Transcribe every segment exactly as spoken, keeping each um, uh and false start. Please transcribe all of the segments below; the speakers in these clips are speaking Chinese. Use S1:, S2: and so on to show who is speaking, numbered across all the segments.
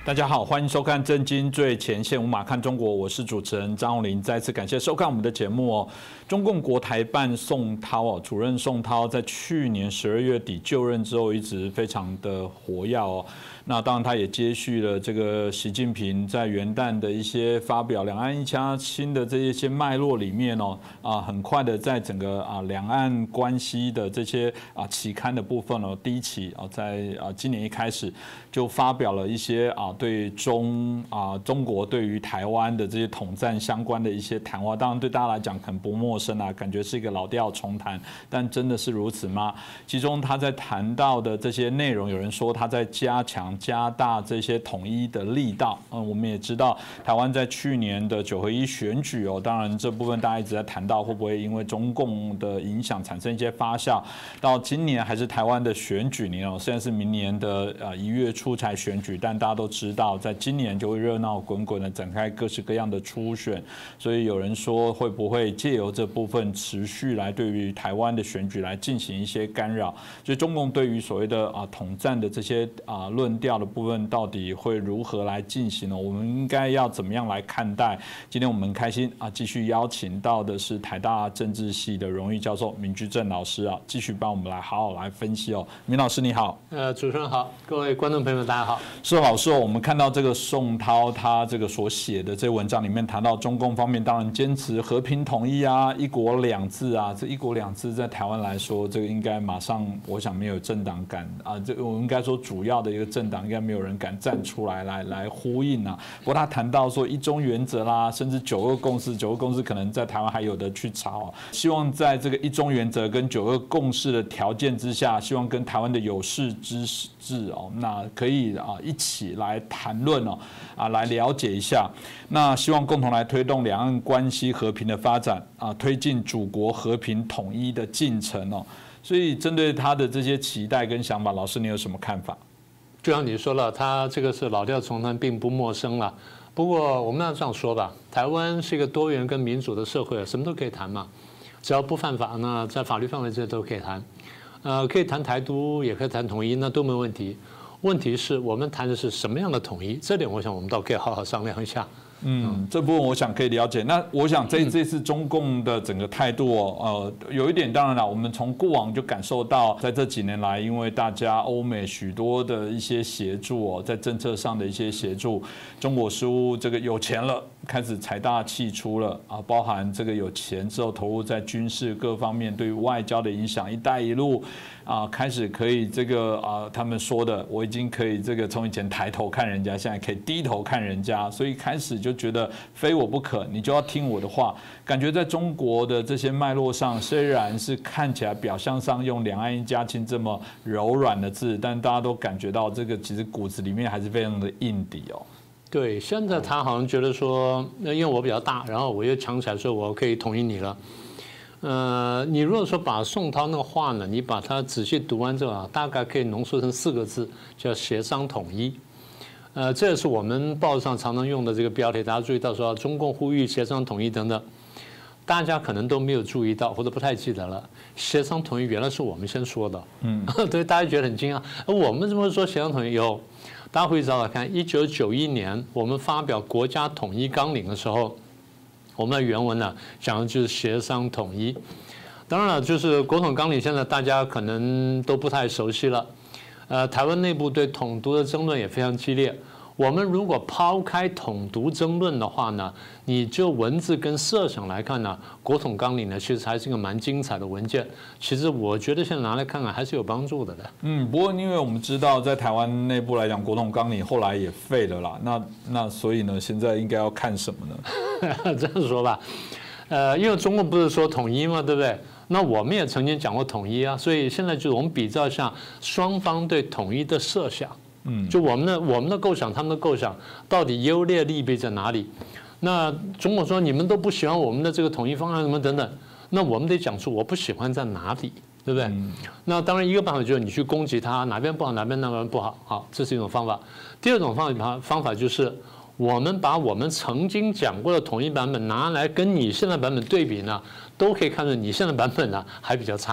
S1: 大家好，欢迎收看《震惊最前线》，无马看中国，我是主持人张宏林。再次感谢收看我们的节目哦。中共国台办宋涛哦，主任宋涛在去年十二月底就任之后，一直非常的活跃哦。那当然，他也接续了这个习近平在元旦的一些发表两岸一家亲的这一些脉络里面哦，啊，很快的在整个啊两岸关系的这些啊期刊的部分哦，第一期啊，在啊今年一开始就发表了一些啊对中啊中国对于台湾的这些统战相关的一些谈话，当然对大家来讲很不陌生啊，感觉是一个老调重弹，但真的是如此吗？其中他在谈到的这些内容，有人说他在加强。加大这些统一的力道，嗯，我们也知道台湾在去年的九合一选举哦，当然这部分大家一直在谈到会不会因为中共的影响产生一些发酵，到今年还是台湾的选举年哦，虽然是明年的呃一月初才选举，但大家都知道，在今年就会热闹滚滚的展开各式各样的初选，所以有人说会不会借由这部分持续来对于台湾的选举来进行一些干扰，所以中共对于所谓的啊统战的这些啊论调的部分到底会如何来进行呢？我们应该要怎么样来看待？今天我们很开心啊，继续邀请到的是台大政治系的荣誉教授闵居正老师啊，继续帮我们来好好来分析哦。闵老师你好，
S2: 呃，主持人好，各位观众朋友们大家好。
S1: 是老师哦，我们看到这个宋涛他这个所写的这文章里面谈到中共方面当然坚持和平统一啊，一国两制啊，这一国两制在台湾来说，这个应该马上我想没有政党敢啊，这我应该说主要的一个政党应该没有人敢站出来来来呼应啊。不过他谈到说一中原则啦，甚至九二共识，九二共识可能在台湾还有的去查哦。希望在这个一中原则跟九二共识的条件之下，希望跟台湾的有识之士哦，那可以啊一起来谈论哦，啊来了解一下。那希望共同来推动两岸关系和平的发展啊，推进祖国和平统一的进程哦。所以针对他的这些期待跟想法，老师你有什么看法？
S2: 就像你说了，他这个是老调重弹，并不陌生了。不过我们要这样说吧，台湾是一个多元跟民主的社会，什么都可以谈嘛，只要不犯法，那在法律范围之内都可以谈。呃，可以谈台独，也可以谈统一，那都没问题。问题是我们谈的是什么样的统一，这点我想我们倒可以好好商量一下。
S1: 嗯，这部分我想可以了解。那我想这这次中共的整个态度哦，呃，有一点当然了，我们从过往就感受到，在这几年来，因为大家欧美许多的一些协助哦，在政策上的一些协助，中国似乎这个有钱了，开始财大气粗了啊，包含这个有钱之后投入在军事各方面，对于外交的影响，一带一路啊，开始可以这个啊，他们说的，我已经可以这个从以前抬头看人家，现在可以低头看人家，所以开始就。就觉得非我不可，你就要听我的话。感觉在中国的这些脉络上，虽然是看起来表象上用两岸一家亲这么柔软的字，但大家都感觉到这个其实骨子里面还是非常的硬底哦。
S2: 对，现在他好像觉得说，因为我比较大，然后我又强起来说我可以统一你了。呃，你如果说把宋涛那个话呢，你把它仔细读完之后啊，大概可以浓缩成四个字，叫协商统一。呃，这也是我们报上常常用的这个标题，大家注意到说中共呼吁协商统一等等，大家可能都没有注意到或者不太记得了。协商统一原来是我们先说的，嗯，对，大家觉得很惊讶。我们怎么说协商统一？有，大家回去找找看，一九九一年我们发表国家统一纲领的时候，我们的原文呢讲的就是协商统一。当然了，就是国统纲领现在大家可能都不太熟悉了。呃，台湾内部对统独的争论也非常激烈。我们如果抛开统独争论的话呢，你就文字跟设想来看呢，国统纲领呢其实还是一个蛮精彩的文件。其实我觉得现在拿来看看还是有帮助的的。
S1: 嗯，不过因为我们知道在台湾内部来讲，国统纲领后来也废了啦。那那所以呢，现在应该要看什么呢？
S2: 这样说吧，呃，因为中共不是说统一嘛，对不对？那我们也曾经讲过统一啊，所以现在就是我们比照一下双方对统一的设想，嗯，就我们的我们的构想，他们的构想到底优劣利弊在哪里？那中国说你们都不喜欢我们的这个统一方案什么等等，那我们得讲出我不喜欢在哪里，对不对？嗯、那当然一个办法就是你去攻击他哪边不好哪边那边不好，好，这是一种方法。第二种方法方法就是我们把我们曾经讲过的统一版本拿来跟你现在版本对比呢，都可以看出你现在版本呢还比较差。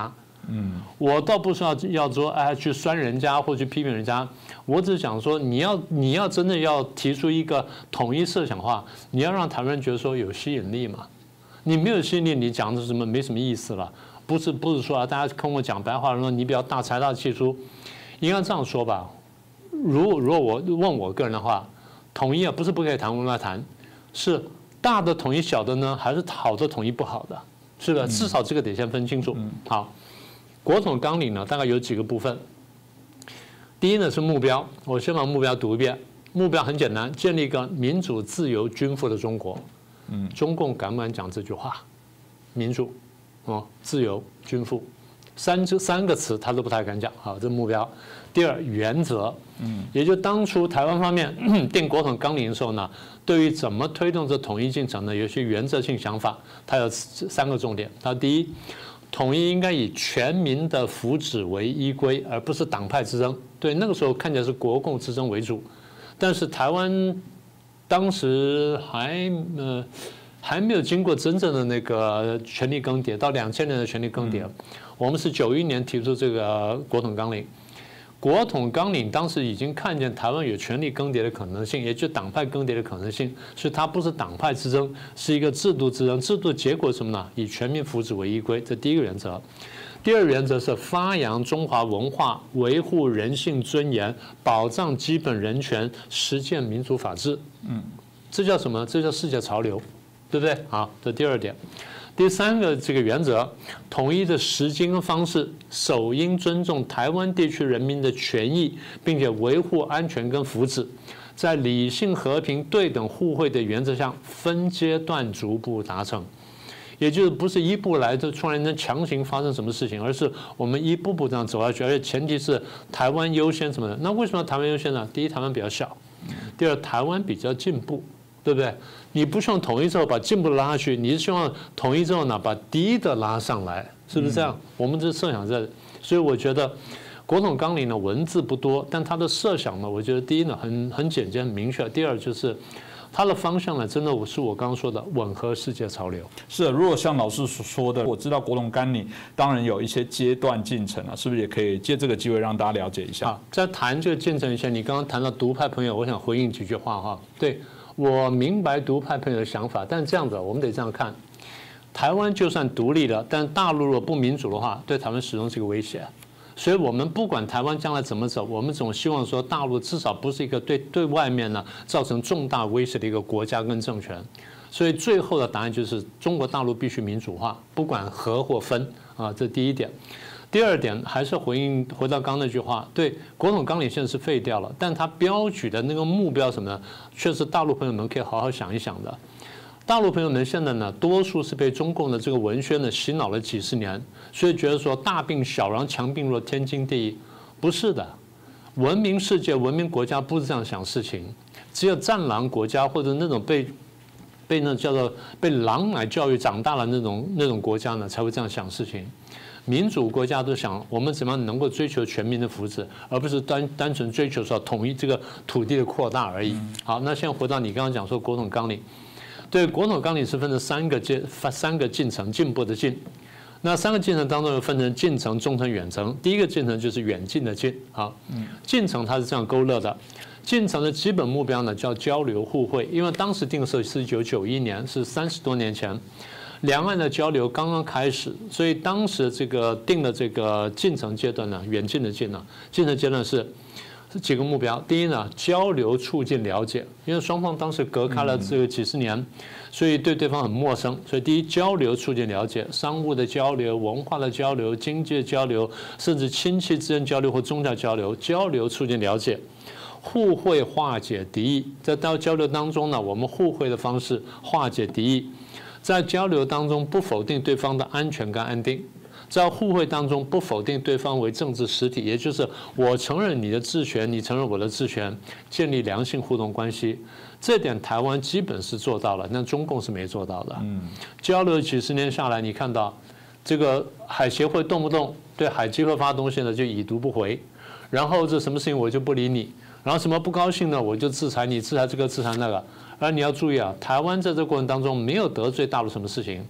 S2: 嗯，我倒不是要要说哎去酸人家或去批评人家，我只是想说你要你要真的要提出一个统一设想的话，你要让台湾人觉得说有吸引力嘛。你没有吸引力，你讲的什么没什么意思了。不是不是说啊，大家跟我讲白话说你比较大财大气粗，应该这样说吧。如果如果我问我个人的话，统一啊不是不可以谈，我们要谈，是大的统一小的呢，还是好的统一不好的？是的，至少这个得先分清楚。好。国统纲领呢，大概有几个部分。第一呢是目标，我先把目标读一遍。目标很简单，建立一个民主、自由、均富的中国。嗯，中共敢不敢讲这句话？民主、哦，自由、均富，三这三个词他都不太敢讲。好，这目标。第二，原则，嗯，也就当初台湾方面定国统纲领的时候呢，对于怎么推动这统一进程呢，有些原则性想法，它有三个重点。它第一。统一应该以全民的福祉为依归，而不是党派之争。对，那个时候看起来是国共之争为主，但是台湾当时还呃还没有经过真正的那个权力更迭，到两千年的权力更迭，我们是九一年提出这个国统纲领。国统纲领当时已经看见台湾有权力更迭的可能性，也就党派更迭的可能性，所以它不是党派之争，是一个制度之争。制度结果是什么呢？以全民福祉为依归，这第一个原则。第二原则是发扬中华文化，维护人性尊严，保障基本人权，实践民主法治。嗯，这叫什么？这叫世界潮流，对不对？好，这第二点。第三个这个原则，统一的时机跟方式，首应尊重台湾地区人民的权益，并且维护安全跟福祉，在理性、和平、对等、互惠的原则上，分阶段逐步达成。也就是不是一步来就突然间强行发生什么事情，而是我们一步步这样走下去，而且前提是台湾优先什么的。那为什么台湾优先呢？第一，台湾比较小；第二，台湾比较进步。对不对？你不希望统一之后把进步拉下去，你是希望统一之后呢把低的拉上来，是不是这样？我们这设想在，所以我觉得国统纲领呢文字不多，但它的设想呢，我觉得第一呢很很简洁很明确，第二就是它的方向呢真的是我刚刚说的吻合世界潮流。
S1: 是的，如果像老师所说的，我知道国统纲领当然有一些阶段进程啊，是不是也可以借这个机会让大家了解一下？
S2: 好，在谈这个进程以前，你刚刚谈到独派朋友，我想回应几句话哈。对。我明白独派朋友的想法，但这样子我们得这样看：台湾就算独立了，但大陆如果不民主的话，对台湾始终是一个威胁。所以，我们不管台湾将来怎么走，我们总希望说，大陆至少不是一个对对外面呢造成重大威胁的一个国家跟政权。所以，最后的答案就是中国大陆必须民主化，不管合或分啊，这第一点。第二点还是回应回到刚那句话，对国统纲领现在是废掉了，但它标举的那个目标什么呢？却是大陆朋友们可以好好想一想的。大陆朋友们现在呢，多数是被中共的这个文宣呢洗脑了几十年，所以觉得说大病小儿强病弱天经地义，不是的。文明世界、文明国家不是这样想事情，只有战狼国家或者那种被被那叫做被狼奶教育长大了那种那种国家呢，才会这样想事情。民主国家都想我们怎么样能够追求全民的福祉，而不是单单纯追求说统一这个土地的扩大而已。好，那现在回到你刚刚讲说国统纲领，对，国统纲领是分成三个进三个进程，进步的进。那三个进程当中又分成近程、中程、远程。第一个进程就是远近的近。好，进程它是这样勾勒的。进程的基本目标呢叫交流互惠，因为当时定设是一九九一年，是三十多年前。两岸的交流刚刚开始，所以当时这个定的这个进程阶段呢，远近的近呢，进程阶段是是几个目标。第一呢，交流促进了解，因为双方当时隔开了这个几十年，所以对对方很陌生。所以第一，交流促进了解，商务的交流、文化的交流、经济的交流，甚至亲戚之间交流或宗教交流，交流促进了解。互惠化解敌意，在到交流当中呢，我们互惠的方式化解敌意。在交流当中不否定对方的安全跟安定，在互惠当中不否定对方为政治实体，也就是我承认你的治权，你承认我的治权，建立良性互动关系。这点台湾基本是做到了，但中共是没做到的。嗯，交流几十年下来，你看到这个海协会动不动对海基会发东西呢就已读不回，然后这什么事情我就不理你，然后什么不高兴呢我就制裁你，制裁这个制裁那个。而你要注意啊，台湾在这个过程当中没有得罪大陆什么事情，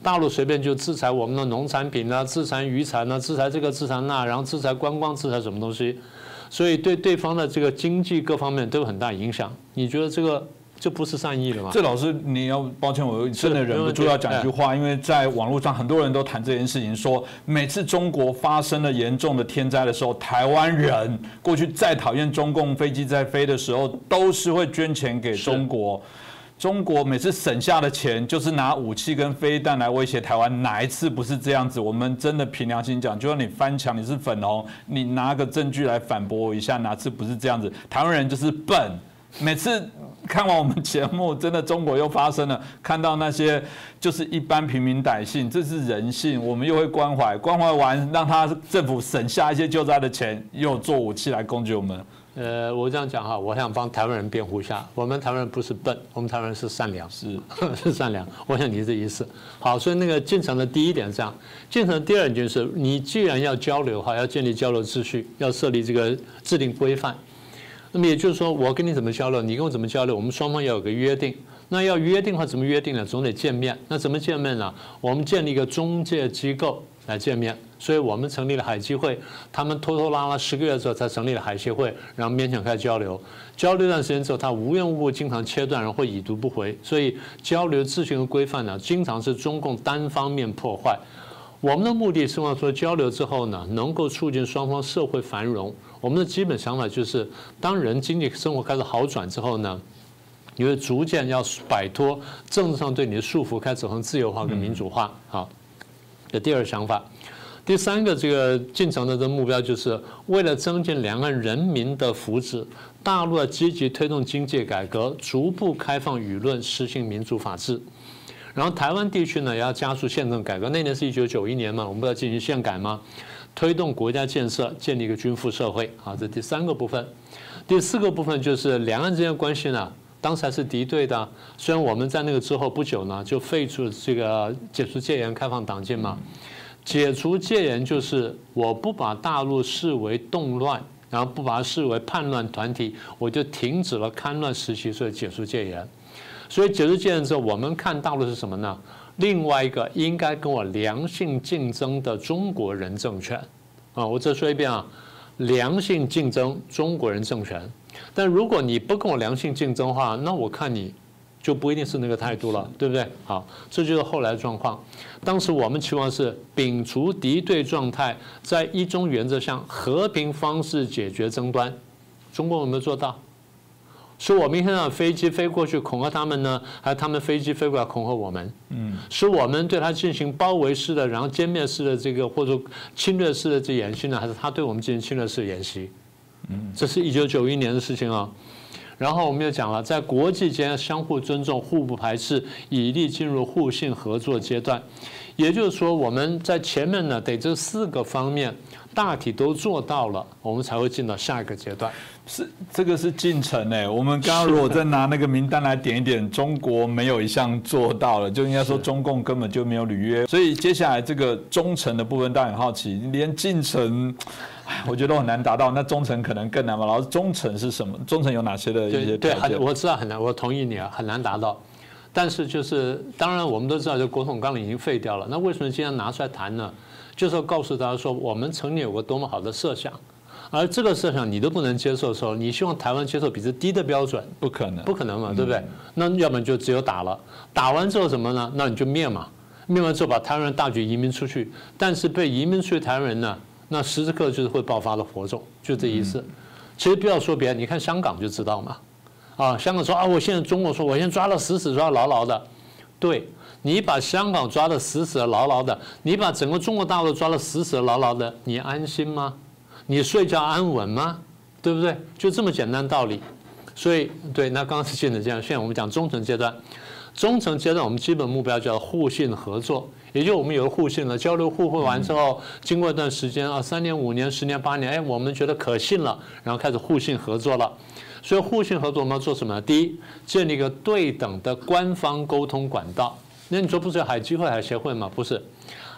S2: 大陆随便就制裁我们的农产品啊，制裁渔产啊，制裁这个制裁那，然后制裁观光，制裁什么东西，所以对对方的这个经济各方面都有很大影响。你觉得这个？这不是善意了吗？
S1: 这老师，你要抱歉，我真的忍不住要讲一句话，因为在网络上很多人都谈这件事情，说每次中国发生了严重的天灾的时候，台湾人过去再讨厌中共飞机在飞的时候，都是会捐钱给中国。中国每次省下的钱，就是拿武器跟飞弹来威胁台湾，哪一次不是这样子？我们真的凭良心讲，就算你翻墙，你是粉红，你拿个证据来反驳我一下，哪次不是这样子？台湾人就是笨。每次看完我们节目，真的中国又发生了，看到那些就是一般平民百姓，这是人性，我们又会关怀，关怀完让他政府省下一些救灾的钱，又做武器来攻击我们。
S2: 呃，我这样讲哈，我想帮台湾人辩护一下，我们台湾人不是笨，我们台湾人是善良，
S1: 是
S2: 是善良。我想你是这意思。好，所以那个进程的第一点是这样，进程的第二点就是，你既然要交流哈，要建立交流秩序，要设立这个制定规范。那么也就是说，我跟你怎么交流，你跟我怎么交流，我们双方要有个约定。那要约定的话，怎么约定呢？总得见面。那怎么见面呢？我们建立一个中介机构来见面。所以我们成立了海基会，他们拖拖拉拉十个月之后才成立了海协会，然后勉强开始交流。交流一段时间之后，他无缘无故经常切断，然后会已读不回。所以交流秩序和规范呢，经常是中共单方面破坏。我们的目的是希望说交流之后呢，能够促进双方社会繁荣。我们的基本想法就是，当人经济生活开始好转之后呢，你会逐渐要摆脱政治上对你的束缚，开始走向自由化跟民主化。好，这第二个想法。第三个这个进程的这个目标，就是为了增进两岸人民的福祉，大陆要积极推动经济改革，逐步开放舆论，实行民主法治。然后台湾地区呢，也要加速宪政改革。那年是一九九一年嘛，我们不要进行宪改吗？推动国家建设，建立一个均富社会。啊，这第三个部分。第四个部分就是两岸之间的关系呢，当时还是敌对的。虽然我们在那个之后不久呢，就废除这个解除戒严、开放党禁嘛。解除戒严就是我不把大陆视为动乱，然后不把它视为叛乱团体，我就停止了戡乱时期，所以解除戒严。所以解除戒严之后，我们看大陆是什么呢？另外一个应该跟我良性竞争的中国人政权啊，我再说一遍啊，良性竞争中国人政权。但如果你不跟我良性竞争的话，那我看你就不一定是那个态度了，对不对？好，这就是后来的状况。当时我们期望是摒除敌对状态，在一中原则上和平方式解决争端。中国有没有做到？是我们一天让飞机飞过去恐吓他们呢，还是他们飞机飞过来恐吓我们？嗯，是我们对他进行包围式的，然后歼灭式的这个或者侵略式的这演习呢，还是他对我们进行侵略式的演习？嗯，这是一九九一年的事情啊。然后我们又讲了，在国际间相互尊重、互不排斥，以利进入互信合作阶段。也就是说，我们在前面呢，得这四个方面大体都做到了，我们才会进到下一个阶段。
S1: 是这个是进程哎，我们刚刚如果再拿那个名单来点一点，中国没有一项做到了，就应该说中共根本就没有履约。所以接下来这个忠诚的部分，大家很好奇，连进程，我觉得很难达到。那忠诚可能更难吧？老师，忠诚是什么？忠诚有哪些的一些条件？
S2: 对，我知道很难，我同意你啊，很难达到。但是就是当然我们都知道，这国统纲领已经废掉了，那为什么今天拿出来谈呢？就是要告诉大家说，我们曾经有过多么好的设想。而这个设想你都不能接受的时候，你希望台湾接受比这低的标准，
S1: 不可能，
S2: 不可能嘛，对不对？那要不然就只有打了，打完之后什么呢？那你就灭嘛，灭完之后把台湾人大举移民出去，但是被移民出去台湾人呢，那时时刻就是会爆发的火种，就这意思。其实不要说别人，你看香港就知道嘛，啊，香港说啊，我现在中国说我现在抓了死死抓牢牢的，对。你把香港抓得死死的牢牢的，你把整个中国大陆抓得死死的牢牢的，你安心吗？你睡觉安稳吗？对不对？就这么简单道理。所以，对，那刚刚是进程阶段，现在我们讲中程阶段。中程阶段我们基本目标叫互信合作，也就我们有了互信了，交流互惠完之后，经过一段时间啊，三年、五年、十年、八年，哎，我们觉得可信了，然后开始互信合作了。所以互信合作我们要做什么呢？第一，建立一个对等的官方沟通管道。那你说不是有海基会、海协会吗？不是。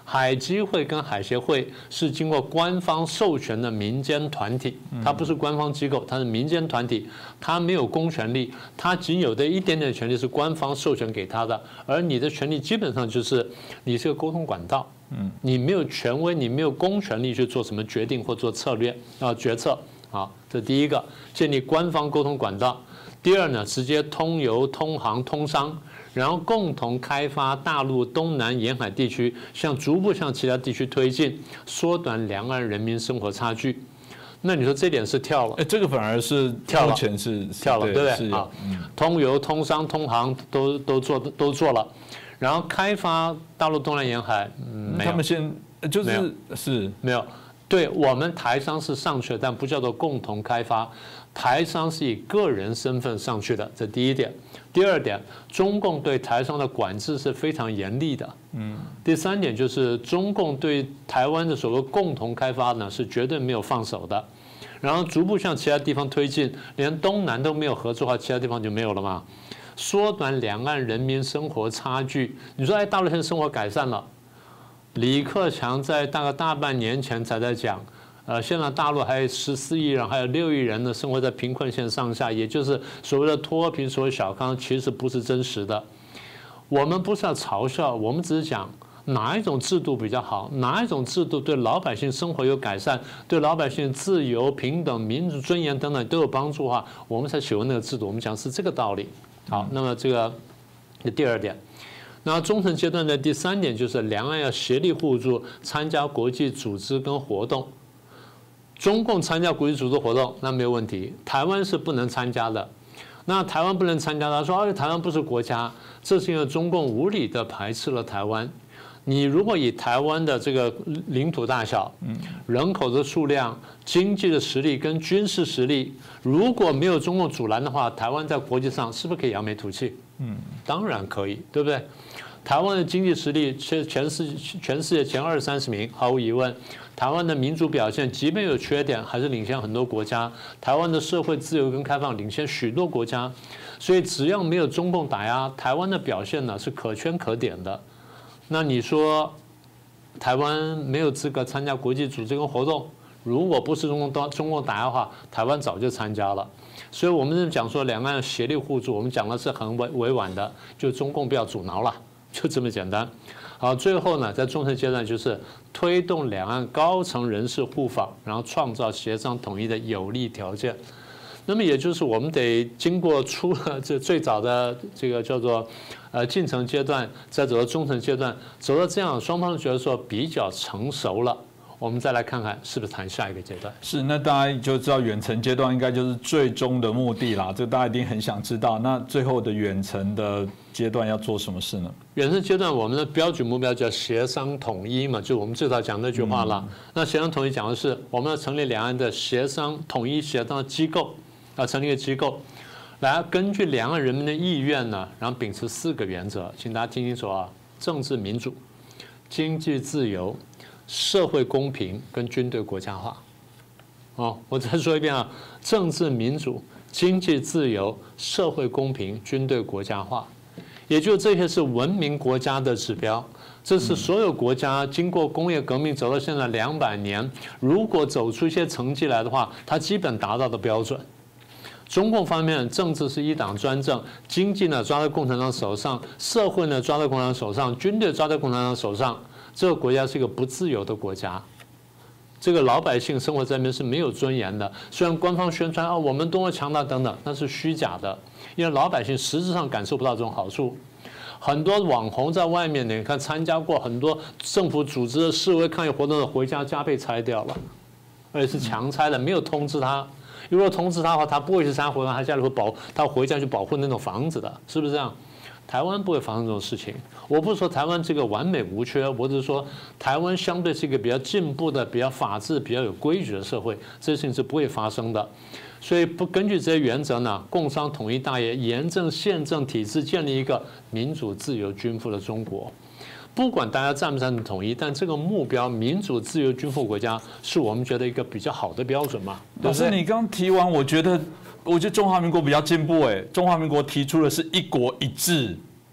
S2: 海基会跟海协会是经过官方授权的民间团体，它不是官方机构，它是民间团体，它没有公权力，它仅有的一点点权利是官方授权给它的，而你的权利基本上就是你是个沟通管道，你没有权威，你没有公权力去做什么决定或做策略啊决策。好，这第一个，建立官方沟通管道。第二呢，直接通邮、通航、通商。然后共同开发大陆东南沿海地区，向逐步向其他地区推进，缩短两岸人民生活差距。那你说这点是跳了？
S1: 哎，这个反而是
S2: 跳了，
S1: 目前是
S2: 跳了，对不对？啊，通邮、通商、通航都都做都做了，然后开发大陆东南沿海，嗯，没有。
S1: 他们现就是是
S2: 没有。对我们台商是上去了，但不叫做共同开发。台商是以个人身份上去的，这第一点。第二点，中共对台商的管制是非常严厉的。嗯。第三点就是中共对台湾的所谓共同开发呢，是绝对没有放手的。然后逐步向其他地方推进，连东南都没有合作的话，其他地方就没有了嘛。缩短两岸人民生活差距。你说，哎，大陆现在生活改善了。李克强在大概大半年前才在讲。呃，现在大陆还有十四亿人，还有六亿人呢，生活在贫困线上下，也就是所谓的脱贫，所谓小康，其实不是真实的。我们不是要嘲笑，我们只是讲哪一种制度比较好，哪一种制度对老百姓生活有改善，对老百姓自由、平等、民主、尊严等等都有帮助的话，我们才喜欢那个制度。我们讲是这个道理。好，那么这个第二点。那中层阶段的第三点就是两岸要协力互助，参加国际组织跟活动。中共参加国际组织活动，那没有问题。台湾是不能参加的。那台湾不能参加，他说：“哎，台湾不是国家，这是因为中共无理的排斥了台湾。你如果以台湾的这个领土大小、人口的数量、经济的实力跟军事实力，如果没有中共阻拦的话，台湾在国际上是不是可以扬眉吐气？嗯，当然可以，对不对？台湾的经济实力全全世全世界前二三十名，毫无疑问。台湾的民主表现，即便有缺点，还是领先很多国家。台湾的社会自由跟开放领先许多国家，所以只要没有中共打压，台湾的表现呢是可圈可点的。那你说台湾没有资格参加国际组织跟活动？如果不是中共中共打压的话，台湾早就参加了。所以我们讲说两岸协力互助，我们讲的是很委委婉的，就中共不要阻挠了，就这么简单。好，最后呢，在中层阶段就是推动两岸高层人士互访，然后创造协商统一的有利条件。那么也就是我们得经过出了这最早的这个叫做呃进程阶段，再走到中层阶段，走到这样双方觉得说比较成熟了。我们再来看看是不是谈下一个阶段。
S1: 是，那大家就知道远程阶段应该就是最终的目的啦，这大家一定很想知道。那最后的远程的阶段要做什么事呢？
S2: 远程阶段我们的标准目标叫协商统一嘛，就我们最早讲那句话了。嗯、那协商统一讲的是我们要成立两岸的协商统一协商的机构，要成立一个机构，来根据两岸人民的意愿呢，然后秉持四个原则，请大家听清楚啊：政治民主、经济自由、社会公平跟军队国家化。哦，我再说一遍啊：政治民主、经济自由、社会公平、军队国家化。也就这些是文明国家的指标，这是所有国家经过工业革命走到现在两百年，如果走出一些成绩来的话，它基本达到的标准。中共方面，政治是一党专政，经济呢抓在共产党手上，社会呢抓在共产党手上，军队抓在共产党手上，这个国家是一个不自由的国家。这个老百姓生活在那边是没有尊严的。虽然官方宣传啊，我们多么强大等等，那是虚假的，因为老百姓实质上感受不到这种好处。很多网红在外面，你看参加过很多政府组织的示威抗议活动的，回家家被拆掉了，而且是强拆的，没有通知他。如果通知他的话，他不会去参加活动，他家里会保，他回家去保护那种房子的，是不是这样？台湾不会发生这种事情。我不是说台湾这个完美无缺，我只是说台湾相对是一个比较进步的、比较法治、比较有规矩的社会，这些事情是不会发生的。所以不根据这些原则呢，共商统一大业，严正宪政体制，建立一个民主、自由、均富的中国。不管大家赞不赞成统一，但这个目标民主、自由、均富国家是我们觉得一个比较好的标准嘛。
S1: 老师，你刚提完，我觉得。我觉得中华民国比较进步哎，中华民国提出的是一国一制，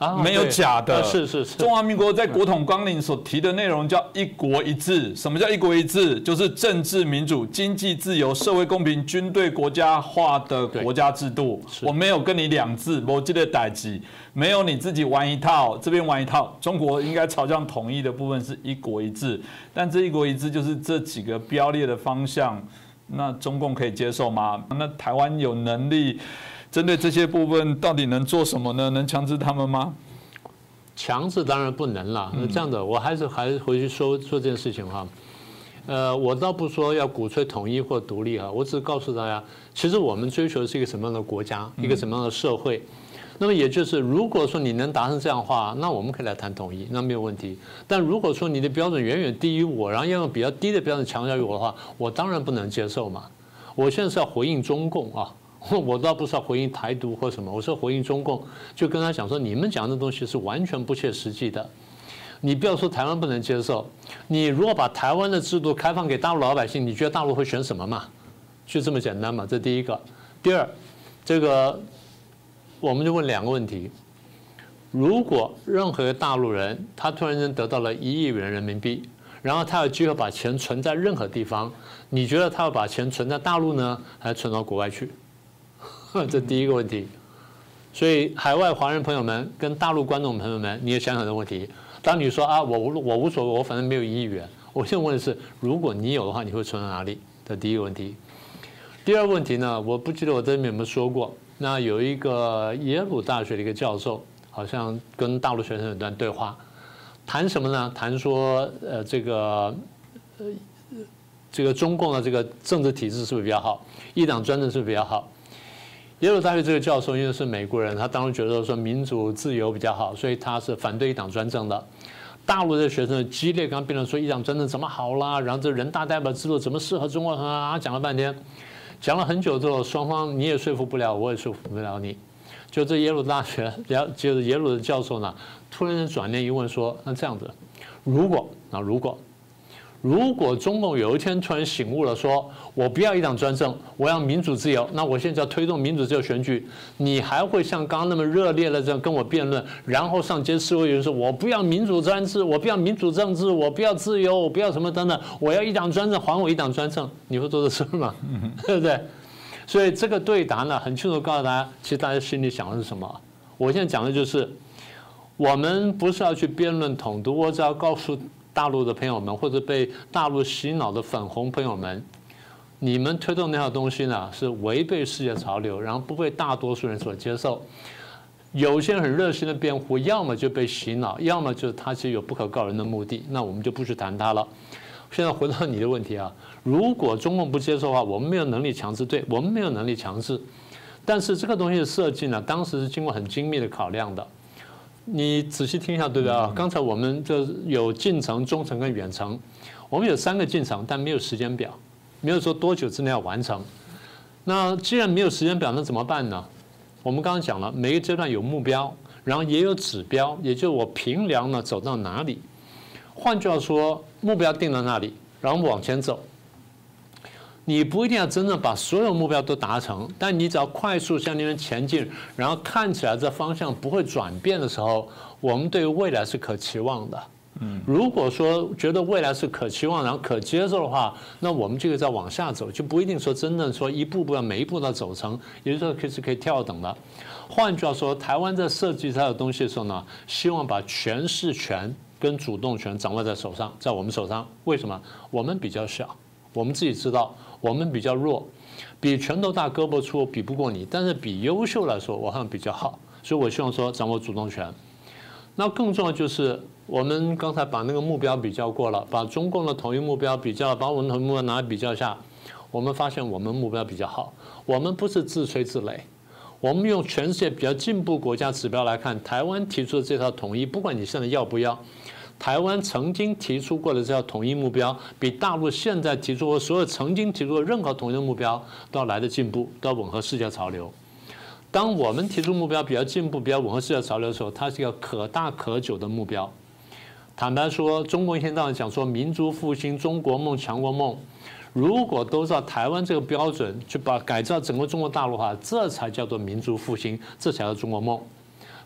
S2: 啊，
S1: 没有假的。
S2: 是是是。
S1: 中华民国在国统纲领所提的内容叫一国一制。什么叫一国一制？就是政治民主、经济自由、社会公平、军队国家化的国家制度。我没有跟你两制，我记得代际，没有你自己玩一套，这边玩一套。中国应该朝向统一的部分是一国一制，但这一国一制就是这几个标列的方向，那中共可以接受吗？那台湾有能力？针对这些部分，到底能做什么呢？能强制他们吗？
S2: 强制当然不能了。那这样的，我还是还是回去说说这件事情哈。呃，我倒不说要鼓吹统一或独立哈，我只是告诉大家，其实我们追求的是一个什么样的国家，一个什么样的社会。那么也就是，如果说你能达成这样的话，那我们可以来谈统一，那没有问题。但如果说你的标准远远低于我，然后要用比较低的标准强加于我的话，我当然不能接受嘛。我现在是要回应中共啊。我倒不是要回应台独或什么，我是回应中共，就跟他讲说，你们讲的东西是完全不切实际的。你不要说台湾不能接受，你如果把台湾的制度开放给大陆老百姓，你觉得大陆会选什么嘛？就这么简单嘛，这第一个。第二，这个我们就问两个问题：如果任何大陆人他突然间得到了一亿元人民币，然后他有机会把钱存在任何地方，你觉得他要把钱存在大陆呢，还是存到国外去？这第一个问题，所以海外华人朋友们跟大陆观众朋友们，你也想想这个问题。当你说啊，我无我无所谓，我反正没有一亿元，我现在问的是，如果你有的话，你会存到哪里？这第一个问题。第二个问题呢，我不记得我这边有没有说过。那有一个耶鲁大学的一个教授，好像跟大陆学生有段对话，谈什么呢？谈说呃这个呃这个中共的这个政治体制是不是比较好？一党专政是不是比较好？耶鲁大学这个教授因为是美国人，他当然觉得说民主自由比较好，所以他是反对一党专政的。大陆的学生激烈跟他辩论说一党专政怎么好啦，然后这人大代表制度怎么适合中国啊，讲了半天，讲了很久之后，双方你也说服不了，我也说服不了你。就这耶鲁大学，就是耶鲁的教授呢，突然间转念一问说，那这样子，如果啊如果。如果中共有一天突然醒悟了，说我不要一党专政，我要民主自由，那我现在要推动民主自由选举，你还会像刚刚那么热烈的这样跟我辩论，然后上街示威有人说我不要民主专制，我不要民主政治，我不要自由，我不要什么等等，我要一党专政，还我一党专政，你会做这事吗？对不对？所以这个对答呢，很清楚告诉大家，其实大家心里想的是什么？我现在讲的就是，我们不是要去辩论统独，我只要告诉大陆的朋友们，或者被大陆洗脑的粉红朋友们，你们推动那套东西呢，是违背世界潮流，然后不被大多数人所接受。有些人很热心的辩护，要么就被洗脑，要么就是他其实有不可告人的目的，那我们就不去谈他了。现在回到你的问题啊，如果中共不接受的话，我们没有能力强制，对我们没有能力强制，但是这个东西的设计呢，当时是经过很精密的考量的。你仔细听一下，对不对啊？刚才我们就有近程、中程跟远程，我们有三个进程，但没有时间表，没有说多久之内要完成。那既然没有时间表，那怎么办呢？我们刚刚讲了，每个阶段有目标，然后也有指标，也就是我评量呢走到哪里。换句话说，目标定到那里，然后往前走。你不一定要真正把所有目标都达成，但你只要快速向那边前进，然后看起来这方向不会转变的时候，我们对未来是可期望的。嗯，如果说觉得未来是可期望，然后可接受的话，那我们这个再往下走，就不一定说真正说一步步要每一步都走成，也就是说可以是可以跳等的。换句话说，台湾在设计它的东西的时候呢，希望把诠释权跟主动权掌握在手上，在我们手上。为什么？我们比较小，我们自己知道。我们比较弱，比拳头大胳膊粗，比不过你，但是比优秀来说，我好像比较好，所以我希望说掌握主动权。那更重要就是我们刚才把那个目标比较过了，把中共的统一目标比较，把我们的统一目标拿来比较一下，我们发现我们目标比较好，我们不是自吹自擂，我们用全世界比较进步国家指标来看，台湾提出的这套统一，不管你现在要不要。台湾曾经提出过的这套统一目标，比大陆现在提出过所有曾经提出过任何统一的目标都要来的进步，都要吻合世界潮流。当我们提出目标比较进步、比较吻合世界潮流的时候，它是一个可大可久的目标。坦白说，中国一天到晚讲说民族复兴、中国梦、强国梦，如果都照台湾这个标准去把改造整个中国大陆的话，这才叫做民族复兴，这才叫中国梦。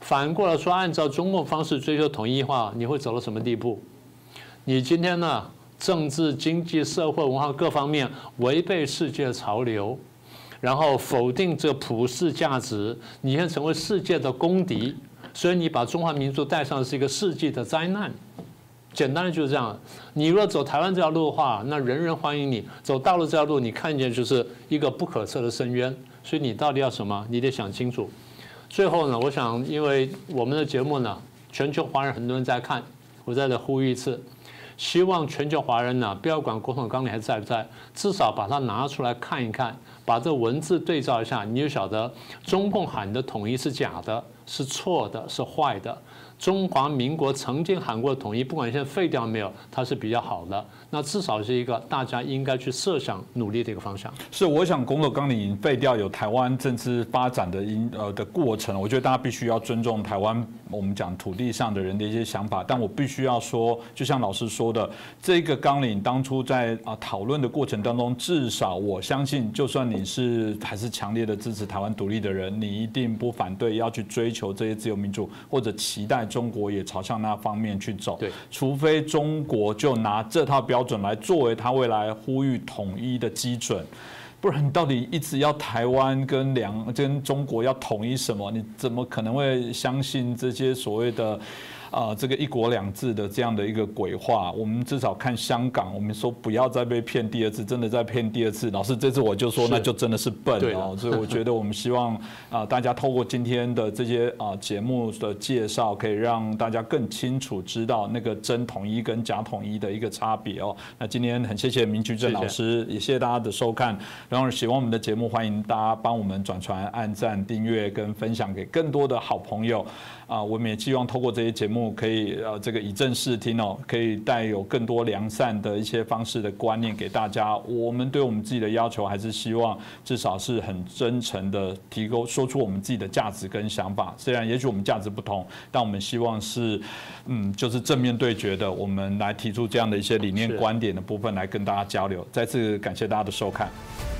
S2: 反过来说，按照中共方式追求统一化，你会走到什么地步？你今天呢，政治、经济、社会、文化各方面违背世界潮流，然后否定这普世价值，你现在成为世界的公敌，所以你把中华民族带上是一个世纪的灾难。简单的就是这样。你如果走台湾这条路的话，那人人欢迎你；走大陆这条路，你看见就是一个不可测的深渊。所以你到底要什么？你得想清楚。最后呢，我想，因为我们的节目呢，全球华人很多人在看，我再来呼吁一次，希望全球华人呢，不要管国统纲领还在不在，至少把它拿出来看一看，把这文字对照一下，你就晓得中共喊的统一是假的，是错的，是坏的。中华民国曾经喊过统一，不管现在废掉没有，它是比较好的。那至少是一个大家应该去设想努力的一个方向。
S1: 是，我想国统纲领已经废掉，有台湾政治发展的因呃的过程，我觉得大家必须要尊重台湾我们讲土地上的人的一些想法。但我必须要说，就像老师说的，这个纲领当初在啊讨论的过程当中，至少我相信，就算你是还是强烈的支持台湾独立的人，你一定不反对要去追求这些自由民主，或者期待中国也朝向那方面去走。
S2: 对，
S1: 除非中国就拿这套标准来作为他未来呼吁统一的基准，不然你到底一直要台湾跟两跟中国要统一什么？你怎么可能会相信这些所谓的？啊、呃，这个一国两制的这样的一个鬼话，我们至少看香港，我们说不要再被骗第二次，真的再骗第二次，老师这次我就说那就真的是笨哦，所以我觉得我们希望啊、呃，大家透过今天的这些啊、呃、节目的介绍，可以让大家更清楚知道那个真统一跟假统一的一个差别哦。那今天很谢谢明居正老师，谢谢也谢谢大家的收看，然后喜欢我们的节目，欢迎大家帮我们转传、按赞、订阅跟分享给更多的好朋友。啊，我们也希望透过这些节目，可以呃这个以正视听哦，可以带有更多良善的一些方式的观念给大家。我们对我们自己的要求，还是希望至少是很真诚的提供，说出我们自己的价值跟想法。虽然也许我们价值不同，但我们希望是嗯，就是正面对决的，我们来提出这样的一些理念观点的部分来跟大家交流。再次感谢大家的收看。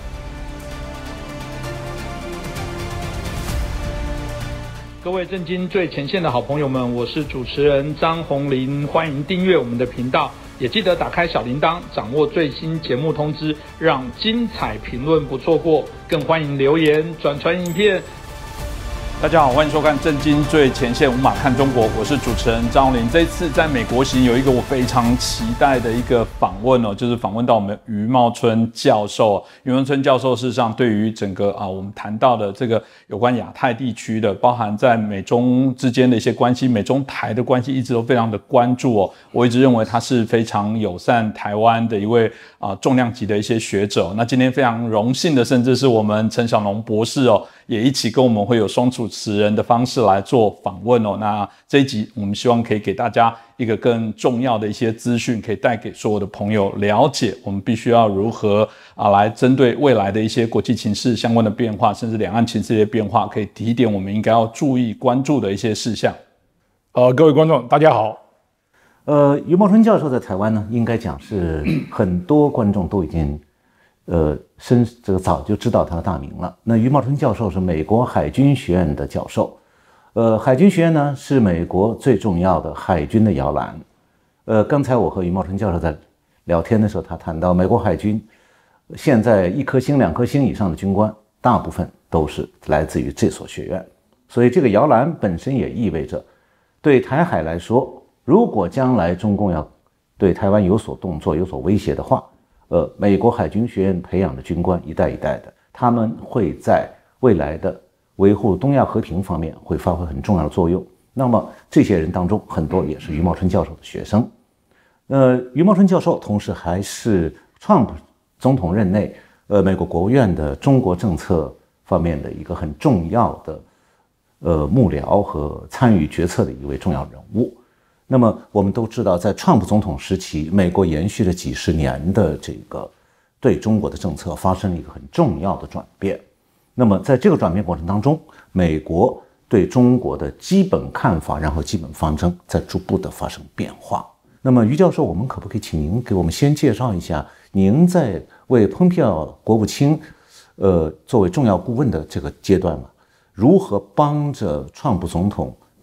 S1: 各位震惊最前线的好朋友们，我是主持人张宏林，欢迎订阅我们的频道，也记得打开小铃铛，掌握最新节目通知，让精彩评论不错过，更欢迎留言转传影片。大家好，欢迎收看《震惊最前线》，无马看中国，我是主持人张宏林。这一次在美国行有一个我非常期待的一个访问哦，就是访问到我们余茂春教授。余茂春教授事实上对于整个啊我们谈到的这个有关亚太地区的，包含在美中之间的一些关系，美中台的关系一直都非常的关注哦。我一直认为他是非常友善台湾的一位啊重量级的一些学者。那今天非常荣幸的，甚至是我们陈小农博士哦。也一起跟我们会有双主持人的方式来做访问哦。那这一集我们希望可以给大家一个更重要的一些资讯，可以带给所有的朋友了解，我们必须要如何啊来针对未来的一些国际情势相关的变化，甚至两岸情势的一些变化，可以提点我们应该要注意关注的一些事项。
S3: 呃，各位观众大家好。
S4: 呃，余茂春教授在台湾呢，应该讲是很多观众都已经。呃，深这个早就知道他的大名了。那余茂春教授是美国海军学院的教授，呃，海军学院呢是美国最重要的海军的摇篮。呃，刚才我和余茂春教授在聊天的时候，他谈到美国海军现在一颗星、两颗星以上的军官，大部分都是来自于这所学院。所以这个摇篮本身也意味着，对台海来说，如果将来中共要对台湾有所动作、有所威胁的话，呃，美国海军学院培养的军官一代一代的，他们会在未来的维护东亚和平方面会发挥很重要的作用。那么这些人当中，很多也是余茂春教授的学生。呃，余茂春教授同时还是 Trump 总统任内，呃，美国国务院的中国政策方面的一个很重要的呃幕僚和参与决策的一位重要人物。那么我们都知道，在川普总统时期，美国延续了几十年的这个对中国的政策发生了一个很重要的转变。那么在这个转变过程当中，美国对中国的基本看法，然后基本方针在逐步的发生变化。那么余教授，我们可不可以请您给我们先介绍一下，您在为蓬佩奥国务卿，呃，作为重要顾问的这个阶段嘛，如何帮着川普总统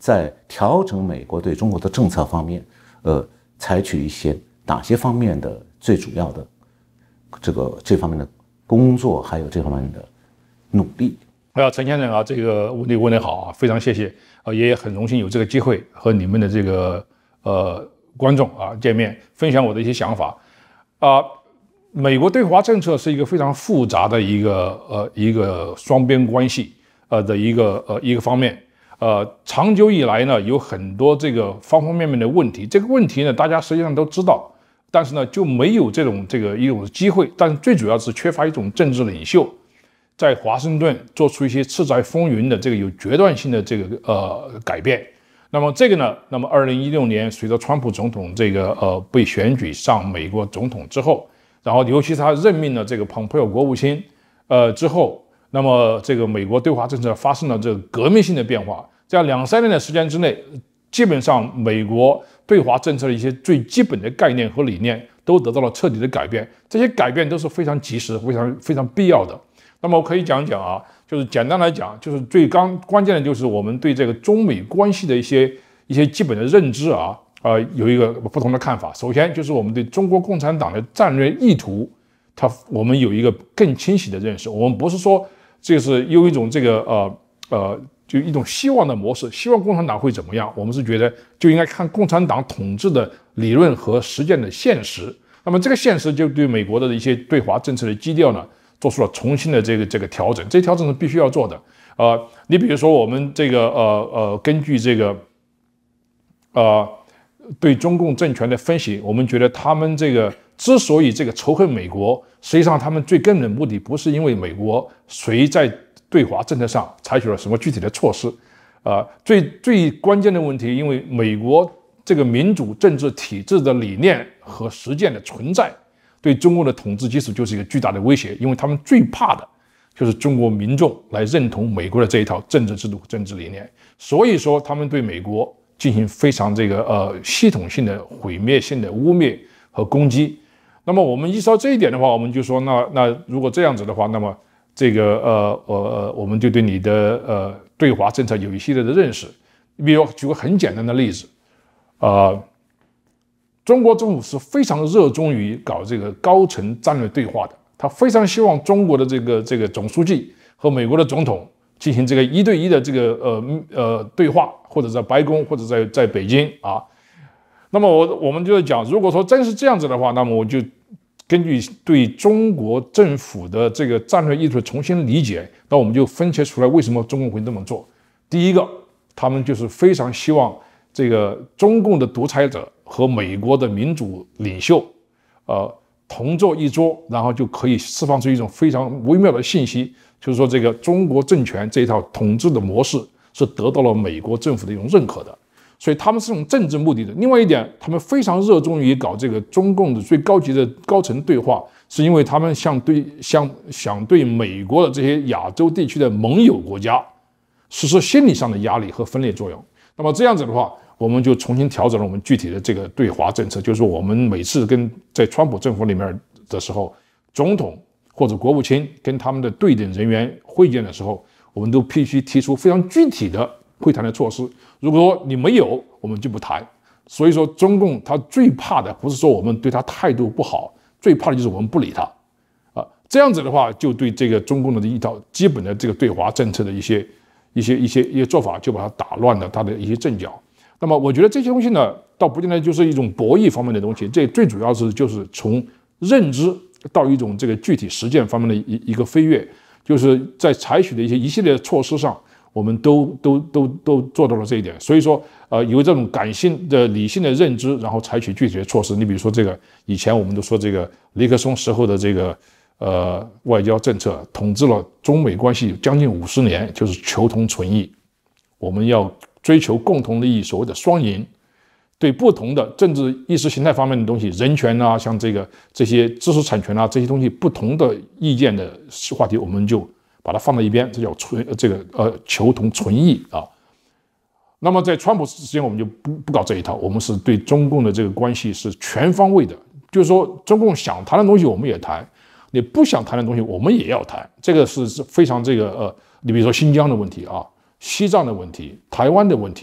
S4: 在调整美国对中国的政策方面，呃，采取一些哪些方面的最主要的这个这方面的工作，还有这方面的努力。
S3: 哎呀，陈先生啊，这个问题问得好啊，非常谢谢啊，也很荣幸有这个机会和你们的这个呃观众啊见面，分享我的一些想法啊。美国对华政策是一个非常复杂的一个呃一个双边关系呃的一个呃一个方面，呃，长久以来呢有很多这个方方面面的问题，这个问题呢大家实际上都知道，但是呢就没有这种这个一种机会，但是最主要是缺乏一种政治领袖。在华盛顿做出一些叱咤风云的这个有决断性的这个呃改变，那么这个呢，那么二零一六年随着川普总统这个呃被选举上美国总统之后，然后尤其是他任命了这个蓬佩奥国务卿呃之后，那么这个美国对华政策发生了这个革命性的变化，在两三年的时间之内，基本上美国对华政策的一些最基本的概念和理念都得到了彻底的改变，这些改变都是非常及时、非常非常必要的。那么我可以讲讲啊，就是简单来讲，就是最刚关键的就是我们对这个中美关系的一些一些基本的认知啊，呃，有一个不同的看法。首先就是我们对中国共产党的战略意图，它我们有一个更清晰的认识。我们不是说这是用一种这个呃呃就一种希望的模式，希望共产党会怎么样？我们是觉得就应该看共产党统治的理论和实践的现实。那么这个现实就对美国的一些对华政策的基调呢，做出了重新的这个这个调整，这调整是必须要做的。呃，你比如说我们这个呃呃，根据这个呃对中共政权的分析，我们觉得他们这个之所以这个仇恨美国，实际上他们最根本的目的不是因为美国谁在对华政策上采取了什么具体的措施，呃，最最关键的问题，因为美国这个民主政治体制的理念和实践的存在，对中国的统治基础就是一个巨大的威胁，因为他们最怕的就是中国民众来认同美国的这一套政治制度、政治理念，所以说他们对美国进行非常这个呃系统性的毁灭性的污蔑和攻击。那么我们意识到这一点的话，我们就说，那那如果这样子的话，那么这个呃呃我们就对你的呃对华政策有一系列的认识。比如举个很简单的例子，呃。中国政府是非常热衷于搞这个高层战略对话的，他非常希望中国的这个这个总书记和美国的总统进行这个一对一的这个呃呃对话，或者在白宫，或者在在北京啊。那么我我们就在讲，如果说真是这样子的话，那么我就根据对中国政府的这个战略意图重新理解，那我们就分切出来为什么中共会这么做。第一个，他们就是非常希望这个中共的独裁者和美国的民主领袖，呃，同坐一桌，然后就可以释放出一种非常微妙的信息，就是说这个中国政权这一套统治的模式是得到了美国政府的一种认可的，所以他们是这种政治目的的。另外一点，他们非常热衷于搞这个中共的最高级的高层对话，是因为他们想对想想对美国的这些亚洲地区的盟友国家实施心理上的压力和分裂作用。那么这样子的话，我们就重新调整了我们具体的这个对华政策，就是说我们每次跟在川普政府里面的时候，总统或者国务卿跟他们的对等人员会见的时候，我们都必须提出非常具体的会谈的措施。如果说你没有，我们就不谈。所以说，中共他最怕的不是说我们对他态度不好，最怕的就是我们不理他啊。这样子的话，就对这个中共的一套基本的这个对华政策的一些一些一些一些做法，就把它打乱了它的一些阵脚。那么我觉得这些东西呢，倒不见得就是一种博弈方面的东西，这最主要是就是从认知到一种这个具体实践方面的一一个飞跃，就是在采取的一些一系列措施上，我们都都都都做到了这一点。所以说，呃，有这种感性的、理性的认知，然后采取具体的措施。你比如说这个，以前我们都说这个尼克松时候的这个呃外交政策，统治了中美关系将近五十年，就是求同存异，我们要追求共同利益，所谓的双赢，对不同的政治意识形态方面的东西，人权啊，像这个这些知识产权啊，这些东西不同的意见的话题，我们就把它放在一边，这叫存这个呃求同存异啊。那么在川普之前，我们就不不搞这一套，我们是对中共的这个关系是全方位的，就是说中共想谈的东西我们也谈，你不想谈的东西我们也要谈，这个是非常这个呃，你比如说新疆的问题啊。西藏的问题、台湾的问题，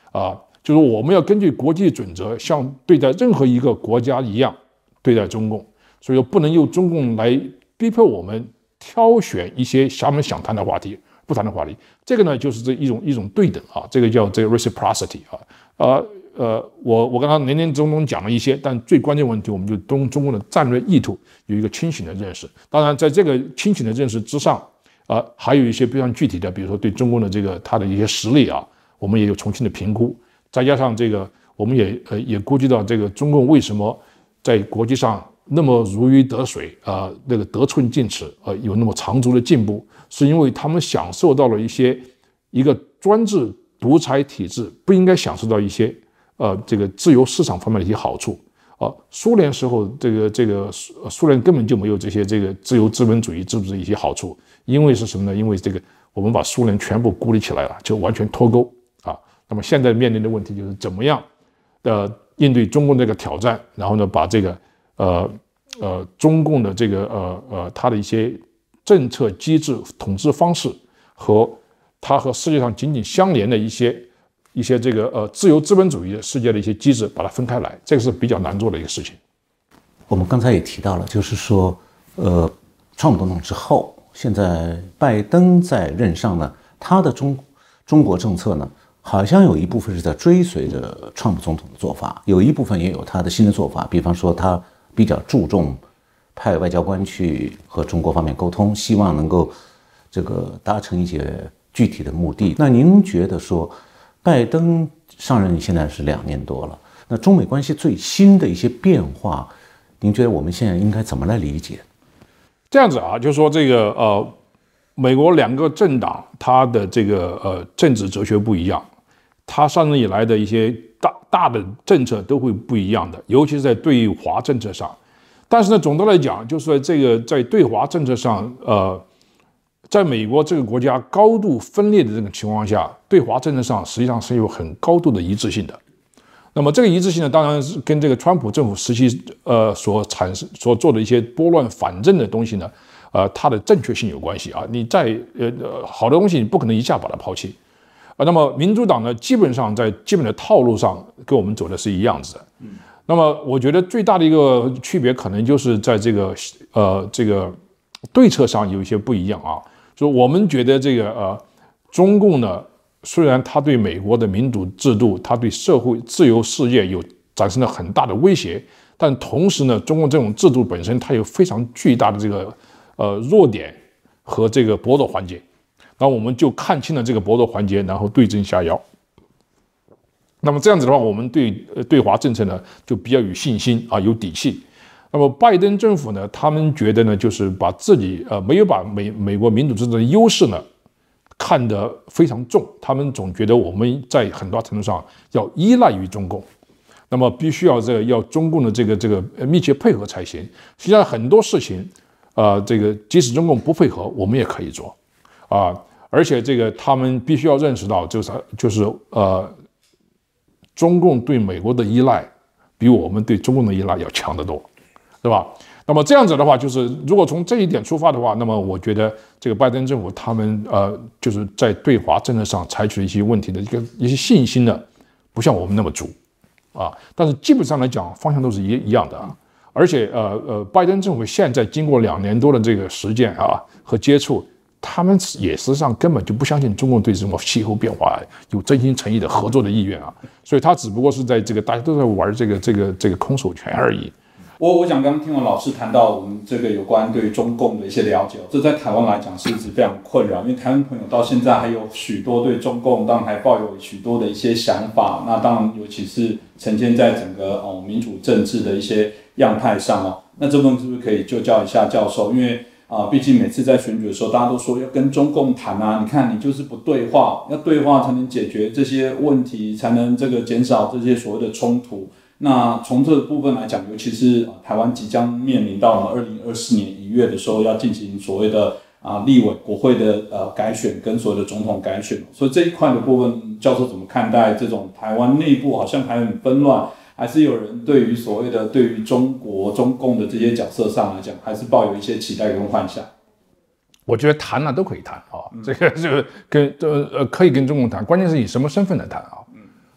S3: 啊，就是我们要根据国际准则，像对待任何一个国家一样对待中共，所以说不能用中共来逼迫我们挑选一些他们想谈的话题，不谈的话题。这个呢，就是这一种一种对等啊，这个叫这个 reciprocity 啊，呃呃，我我刚刚林林总总讲了一些，但最关键问题，我们就对中共的战略意图有一个清醒的认识。当然，在这个清醒的认识之上，呃，还有一些非常具体的，比如说对中共的这个它的一些实力啊，我们也有重新的评估。再加上这个，我们也呃也估计到这个中共为什么在国际上那么如鱼得水啊、呃，那个得寸进尺，呃，有那么长足的进步，是因为他们享受到了一些一个专制独裁体制不应该享受到一些呃这个自由市场方面的一些好处啊、呃。苏联时候这个这个苏联根本就没有这些这个自由资本主义制度的一些好处，因为是什么呢？因为这个我们把苏联全部孤立起来了，就完全脱钩啊。那么现在面临的问题就是怎么样呃应对中共这个挑战，然后呢把这个呃呃中共的这个呃呃它的一些政策机制统治方式和它和世界上紧紧相连的一些一些这个呃自由资本主义的世界的一些机制把它分开来，这个是比较难做的一个事情。
S4: 我们刚才也提到了，就是说呃川普总统之后，现在拜登在任上呢，他的中中国政策呢好像有一部分是在追随着川普总统的做法，有一部分也有他的新的做法，比方说他比较注重派外交官去和中国方面沟通，希望能够这个达成一些具体的目的。那您觉得说，拜登上任现在是两年多了，那中美关系最新的一些变化，您觉得我们现在应该怎么来理解？
S3: 这样子啊，就是说这个呃，美国两个政党它的这个呃政治哲学不一样，它上任以来的一些大大的政策都会不一样的，尤其是在对华政策上。但是呢，总的来讲，就是说这个在对华政策上，呃，在美国这个国家高度分裂的这个情况下，对华政策上实际上是有很高度的一致性的。那么这个一致性呢，当然是跟这个川普政府时期呃所产生所做的一些拨乱反正的东西呢，呃，它的正确性有关系啊。你在呃好的东西，你不可能一下把它抛弃啊。那么民主党呢，基本上在基本的套路上跟我们走的是一样子的。嗯。那么我觉得最大的一个区别，可能就是在这个呃这个对策上有一些不一样啊。就是我们觉得这个呃中共呢，虽然它对美国的民主制度，它对社会自由世界有产生了很大的威胁，但同时呢，中共这种制度本身它有非常巨大的这个呃弱点和这个薄弱环节。然后我们就看清了这个薄弱环节，然后对症下药。那么这样子的话，我们对对华政策呢就比较有信心啊，有底气。那么拜登政府呢，他们觉得呢，就是把自己呃没有把美美国民主制度的优势呢看得非常重，他们总觉得我们在很大程度上要依赖于中共，那么必须要这个要中共的这个这个密切配合才行。实际上很多事情，呃，这个即使中共不配合，我们也可以做啊。而且这个他们必须要认识到，就是就是呃。中共对美国的依赖比我们对中共的依赖要强得多，对吧？那么这样子的话，就是如果从这一点出发的话，那么我觉得这个拜登政府他们呃就是在对华政策上采取一些问题的一个一些信心呢，不像我们那么足啊。但是基本上来讲，方向都是一一样的啊。而且呃呃，拜登政府现在经过两年多的这个实践啊和接触。他们也实际上根本就不相信中共对这种气候变化有真心诚意的合作的意愿啊，所以他只不过是在这个大家都在玩这个这个这个空手权而已。
S1: 我我想刚刚听完老师谈到我们这个有关对于中共的一些了解，这在台湾来讲是一直非常困扰，因为台湾朋友到现在还有许多对中共当然还抱有许多的一些想法，那当然尤其是沉浸在整个哦民主政治的一些样态上哦，那这部分是不是可以就教一下教授？因为啊，毕竟每次在选举的时候，大家都说要跟中共谈啊，你看你就是不对话，要对话才能解决这些问题，才能这个减少这些所谓的冲突。那从这个部分来讲，尤其是、呃、台湾即将面临到我们二零二四年一月的时候，要进行所谓的啊立委国会的呃改选跟所谓的总统改选，所以这一块的部分，教授怎么看待这种台湾内部好像还很纷乱？还是有人对于所谓的对于中国中共的这些角色上来讲，还是抱有一些期待跟幻想。
S3: 我觉得谈啊都可以谈啊，这个这个跟呃呃可以跟中共谈，关键是以什么身份来谈啊？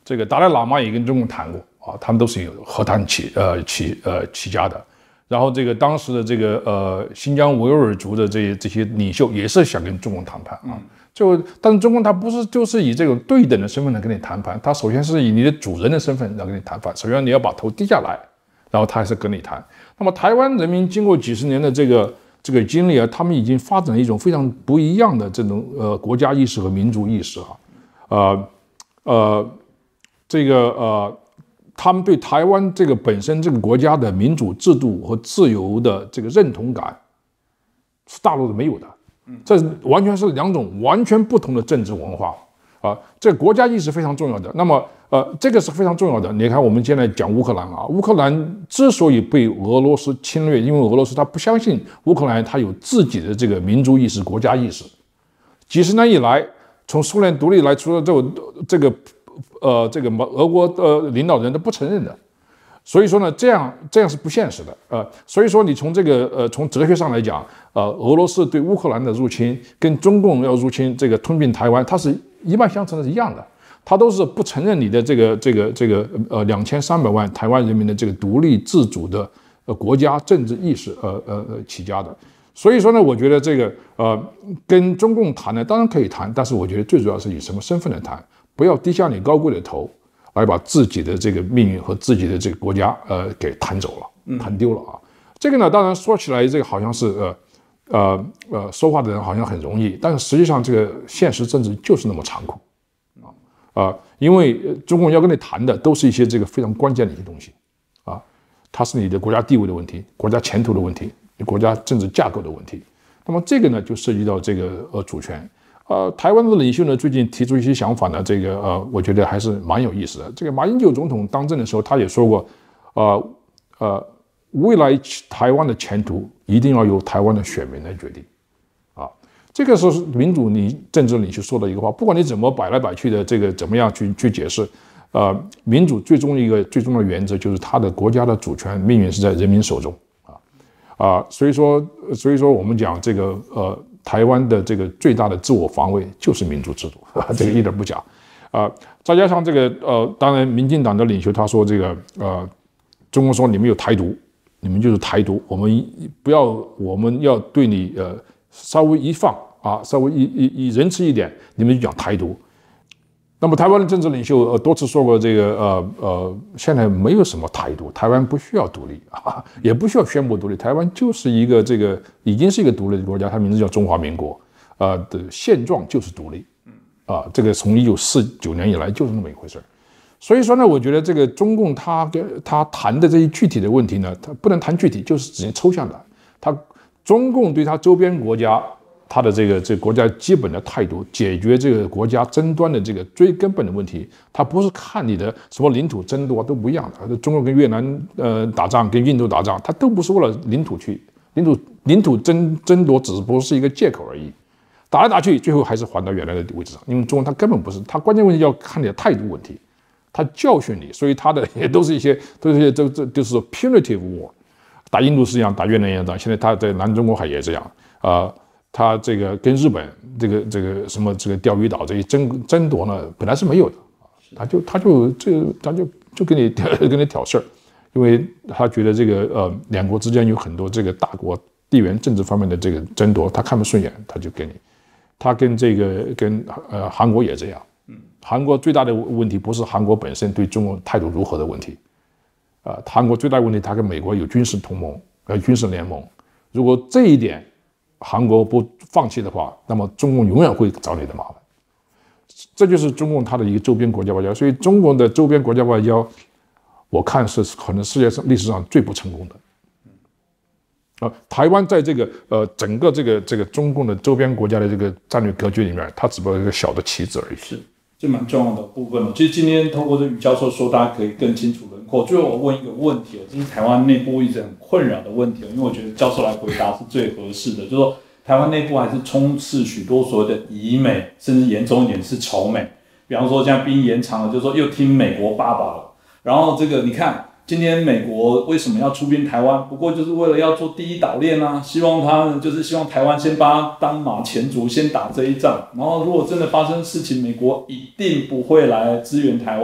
S3: 这个达赖喇嘛也跟中共谈过啊，他们都是有和谈起呃起呃起家的。然后这个当时的这个呃新疆维吾尔族的这这些领袖也是想跟中共谈判啊，就但是中共他不是就是以这种对等的身份来跟你谈判，他首先是以你的主人的身份来跟你谈判，首先你要把头低下来，然后他还是跟你谈。那么台湾人民经过几十年的这个这个经历啊，他们已经发展了一种非常不一样的这种呃国家意识和民族意识哈，呃呃这个呃。他们对台湾这个本身这个国家的民主制度和自由的这个认同感是大陆是没有的，这完全是两种完全不同的政治文化啊。这个国家意识非常重要的。那么呃，这个是非常重要的。你看我们现在讲乌克兰啊，乌克兰之所以被俄罗斯侵略，因为俄罗斯他不相信乌克兰他有自己的这个民族意识、国家意识。几十年以来，从苏联独立来，除了这个这个。呃，这个俄国的领导人都不承认的，所以说呢，这样这样是不现实的。呃，所以说你从这个呃从哲学上来讲，呃，俄罗斯对乌克兰的入侵跟中共要入侵这个吞并台湾，它是一脉相承的，是一样的。它都是不承认你的这个这个这个呃两千三百万台湾人民的这个独立自主的呃国家政治意识呃呃呃起家的。所以说呢，我觉得这个呃跟中共谈呢，当然可以谈，但是我觉得最主要是以什么身份来谈。不要低下你高贵的头，来把自己的这个命运和自己的这个国家，呃，给谈走了，谈丢了啊。这个呢，当然说起来，这个好像是呃，呃，呃，说话的人好像很容易，但是实际上这个现实政治就是那么残酷啊啊、呃！因为中共要跟你谈的都是一些这个非常关键的一些东西啊，它是你的国家地位的问题、国家前途的问题、你国家政治架构的问题。那么这个呢，就涉及到这个呃主权。呃，台湾的领袖呢，最近提出一些想法呢，这个呃，我觉得还是蛮有意思的。这个马英九总统当政的时候，他也说过，呃呃，未来台湾的前途一定要由台湾的选民来决定，啊，这个是民主你政治领袖说的一个话。不管你怎么摆来摆去的，这个怎么样去去解释，呃，民主最终一个最重要的原则就是他的国家的主权命运是在人民手中，啊啊，所以说所以说我们讲这个呃。台湾的这个最大的自我防卫就是民主制度，这个一点不假，啊、呃，再加上这个呃，当然民进党的领袖他说这个呃，中共说你们有台独，你们就是台独，我们不要，我们要对你呃稍微一放啊，稍微一一一仁慈一点，你们就讲台独。那么台湾的政治领袖呃多次说过这个呃呃，现在没有什么台独，台湾不需要独立啊，也不需要宣布独立，台湾就是一个这个已经是一个独立的国家，它名字叫中华民国，呃的现状就是独立，啊，这个从一九四九年以来就是那么一回事。所以说呢，我觉得这个中共他跟他谈的这些具体的问题呢，他不能谈具体，就是只能抽象的。他中共对他周边国家。他的这个这个国家基本的态度，解决这个国家争端的这个最根本的问题，他不是看你的什么领土争夺都不一样的。中国跟越南呃打仗，跟印度打仗，他都不是为了领土去，领土领土争争夺只不过是一个借口而已。打来打去，最后还是还到原来的位置上。因为中国他根本不是，他关键问题要看你的态度问题，他教训你，所以他的也都是一些都是一些这这就是 punitive war， 打印度是一样，打越南一样，打现在他在南中国海也这样啊。呃他这个跟日本这个这个什么这个钓鱼岛这些争争夺呢，本来是没有的，他就他就这他就就跟你跟你挑事儿，因为他觉得这个呃两国之间有很多这个大国地缘政治方面的这个争夺，他看不顺眼，他就跟你，他跟这个跟呃韩国也这样，韩国最大的问题不是韩国本身对中国态度如何的问题，啊、呃，韩国最大的问题他跟美国有军事同盟，呃军事联盟，如果这一点。韩国不放弃的话，那么中共永远会找你的麻烦。这就是中共它的一个周边国家外交。所以中国的周边国家外交，我看是可能世界上历史上最不成功的。呃，台湾在这个呃整个这个这个中共的周边国家的这个战略格局里面，它只不过是一个小的棋子而已。
S1: 是，这蛮重要的部分了。其实今天透过这宇教授说，大家可以更清楚轮廓。最后我问一个问题，这是台湾内部一直很困扰的问题，因为我觉得教授来回答是最合适的，就是说台湾内部还是充斥许多所谓的疑美，甚至严重一点是仇美。比方说，像兵延长了，就是说又听美国爸爸了。然后这个你看，今天美国为什么要出兵台湾？不过就是为了要做第一岛链啊，希望他们就是希望台湾先把他当马前卒，先打这一仗。然后如果真的发生事情，美国一定不会来支援台湾。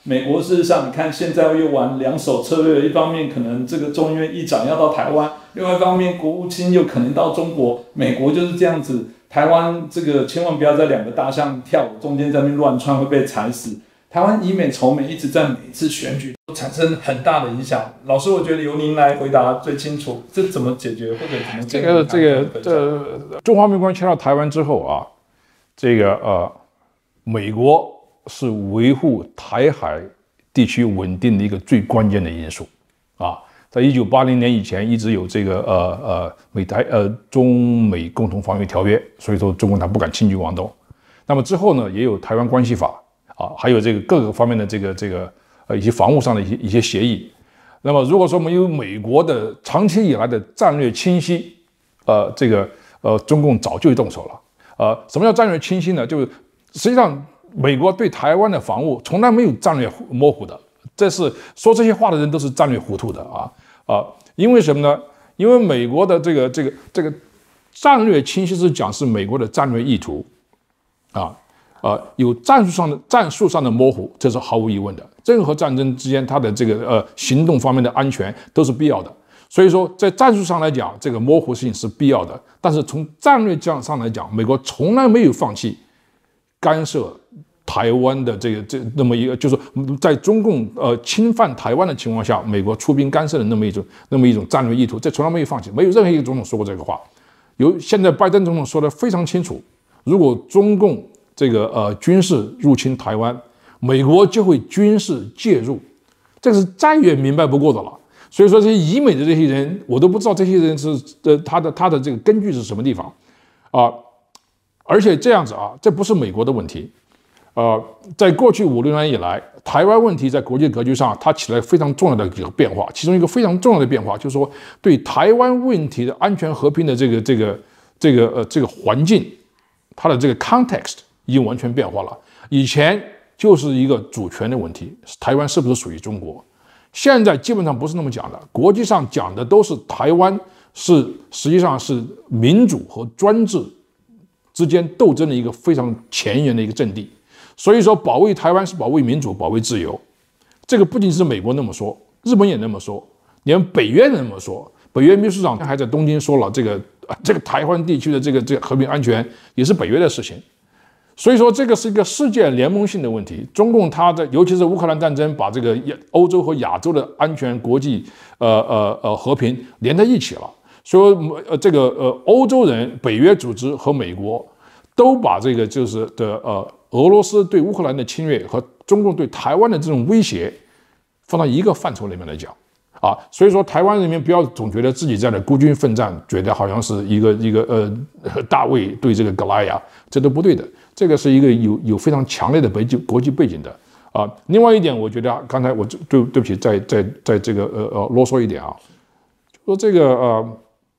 S1: 美国事实上，你看现在又玩两手策略，一方面可能这个众议院议长要到台湾，另外一方面国务卿又可能到中国，美国就是这样子。台湾这个千万不要在两个大象跳舞中间在那边乱窜，会被踩死。台湾以美仇美一直在每一次选举都产生很大的影响。老师，我觉得由您来回答最清楚，这怎么解决或者怎么
S3: 这个这个这中华民国迁到台湾之后啊，这个呃，美国是维护台海地区稳定的一个最关键的因素啊。在一九八零年以前，一直有这个呃呃美台呃中美共同防御条约，所以说中共他不敢轻举妄动。那么之后呢，也有台湾关系法啊，还有这个各个方面的这个这个呃一些防务上的一些一些协议。那么如果说没有美国的长期以来的战略清晰，呃，这个呃中共早就动手了。呃，什么叫战略清晰呢？就是实际上美国对台湾的防务从来没有战略模糊的，这是说这些话的人都是战略糊涂的啊。啊，因为什么呢？因为美国的这个这个这个战略清晰是讲是美国的战略意图，啊，呃，有战术上的战术上的模糊，这是毫无疑问的。任何战争之间，它的这个呃行动方面的安全都是必要的。所以说，在战术上来讲，这个模糊性是必要的。但是从战略上来讲，美国从来没有放弃干涉台湾的这个这那么一个，就是在中共呃侵犯台湾的情况下，美国出兵干涉的那么一种那么一种战略意图，这从来没有放弃，没有任何一个总统说过这个话。有现在拜登总统说的非常清楚，如果中共这个呃军事入侵台湾，美国就会军事介入，这个是再也明白不过的了。所以说这些以美的这些人，我都不知道这些人是呃他的他的这个根据是什么地方啊、呃？而且这样子啊，这不是美国的问题。呃，在过去五六年以来，台湾问题在国际格局上它起来非常重要的一个变化，其中一个非常重要的变化就是说，对台湾问题的安全和平的这个这个这个呃这个环境，它的这个 context 已经完全变化了。以前就是一个主权的问题，台湾是不是属于中国？现在基本上不是那么讲的，国际上讲的都是台湾是实际上是民主和专制之间斗争的一个非常前沿的一个阵地。所以说，保卫台湾是保卫民主、保卫自由，这个不仅是美国那么说，日本也那么说，连北约那么说。北约秘书长还在东京说了，这个这个台湾地区的这个这个和平安全也是北约的事情。所以说，这个是一个世界联盟性的问题。中共它在，尤其是乌克兰战争，把这个欧洲和亚洲的安全、国际呃呃呃和平连在一起了。所以呃这个呃欧洲人、北约组织和美国都把这个就是的呃。俄罗斯对乌克兰的侵略和中共对台湾的这种威胁，放到一个范畴里面来讲，啊，所以说台湾人民不要总觉得自己在那孤军奋战，觉得好像是一个一个呃大卫对这个格莱亚，这都不对的。这个是一个有有非常强烈的国际国际背景的啊。另外一点，我觉得刚才我对对不起，再再再这个呃呃啰嗦一点啊，就说这个呃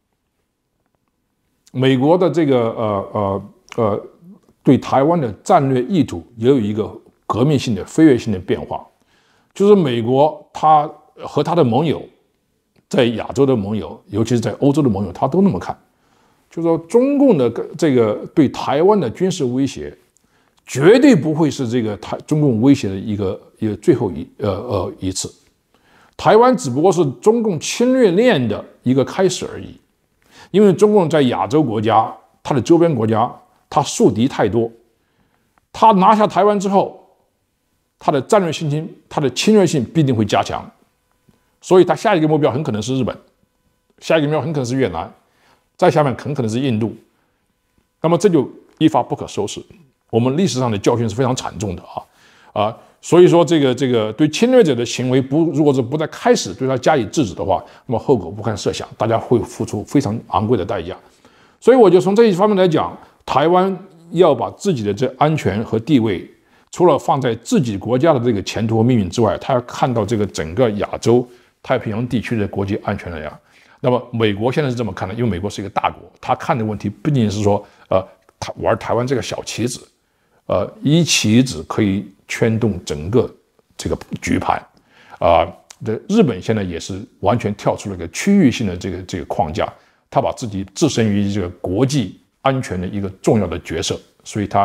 S3: 美国的这个呃呃呃。对台湾的战略意图也有一个革命性的、飞跃性的变化，就是美国他和他的盟友，在亚洲的盟友，尤其是在欧洲的盟友，他都那么看，就是说中共的这个对台湾的军事威胁，绝对不会是这个台中共威胁的一个一个最后一呃呃一次，台湾只不过是中共侵略链的一个开始而已，因为中共在亚洲国家，它的周边国家。他树敌太多，他拿下台湾之后，他的战略信心、他的侵略性必定会加强，所以他下一个目标很可能是日本，下一个目标很可能是越南，再下面很可能是印度，那么这就一发不可收拾。我们历史上的教训是非常惨重的啊啊，所以说这个这个对侵略者的行为不，如果是不在开始对他加以制止的话，那么后果不堪设想，大家会付出非常昂贵的代价。所以我就从这一方面来讲。台湾要把自己的这安全和地位，除了放在自己国家的这个前途和命运之外，他要看到这个整个亚洲太平洋地区的国际安全的呀。那么美国现在是这么看的，因为美国是一个大国，他看的问题不仅仅是说，呃，他玩台湾这个小棋子，呃，一棋子可以牵动整个这个局盘，啊、呃，日本现在也是完全跳出了一个区域性的这个这个框架，他把自己置身于这个国际。安全的一个重要的角色，所以他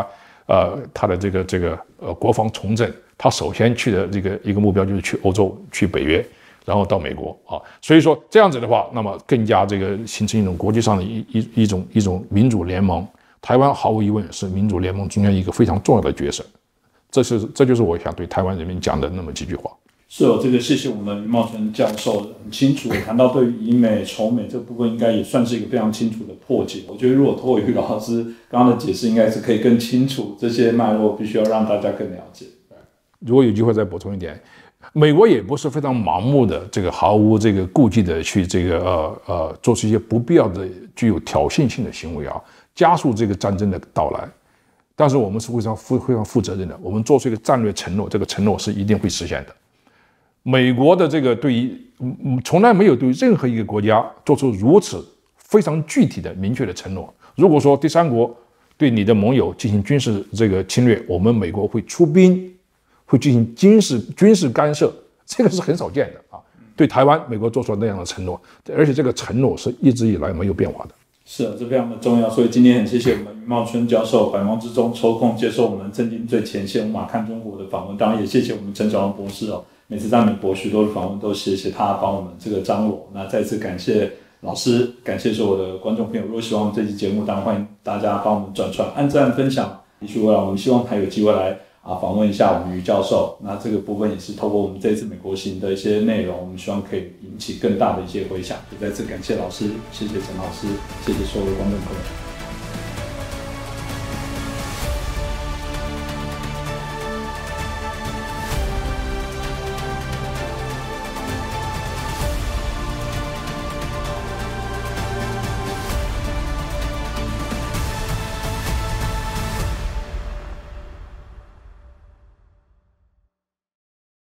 S3: 呃他的这个这个呃国防重整，他首先去的这个一个目标就是去欧洲、去北约，然后到美国啊。所以说这样子的话，那么更加这个形成一种国际上的一一一种一种民主联盟。台湾毫无疑问是民主联盟中间一个非常重要的角色。这是这就是我想对台湾人民讲的那么几句话。
S1: 是哦，这个谢谢我们余茂春教授很清楚谈到对于以美仇美这部分，应该也算是一个非常清楚的破解。我觉得如果托余老师刚刚的解释，应该是可以更清楚这些脉络，必须要让大家更了解。
S3: 如果有机会再补充一点，美国也不是非常盲目的这个毫无这个顾忌的去这个呃呃做出一些不必要的具有挑衅性的行为啊，加速这个战争的到来。但是我们是非常负非常负责任的，我们做出一个战略承诺，这个承诺是一定会实现的。美国的这个对于嗯从来没有对任何一个国家做出如此非常具体的明确的承诺。如果说第三国对你的盟友进行军事这个侵略，我们美国会出兵，会进行军事军事干涉，这个是很少见的啊。对台湾，美国做出了那样的承诺，而且这个承诺是一直以来没有变化的。
S1: 是啊，这非常的重要，所以今天很谢谢我们余茂春教授百忙之中抽空接受我们震惊最前线无马看中国的访问，当然也谢谢我们陈小龙博士哦，每次在美国许多的访问都谢谢他帮我们这个张罗。那再次感谢老师，感谢所有的观众朋友。如果喜欢我们这期节目，当然欢迎大家帮我们转传、按赞、分享。继续未来，我们希望还有机会来啊访问一下我们余教授。那这个部分也是透过我们这次美国行的一些内容，我们希望可以引起更大的一些回响。就再次感谢老师，谢谢陈老师，谢谢所有的观众朋友。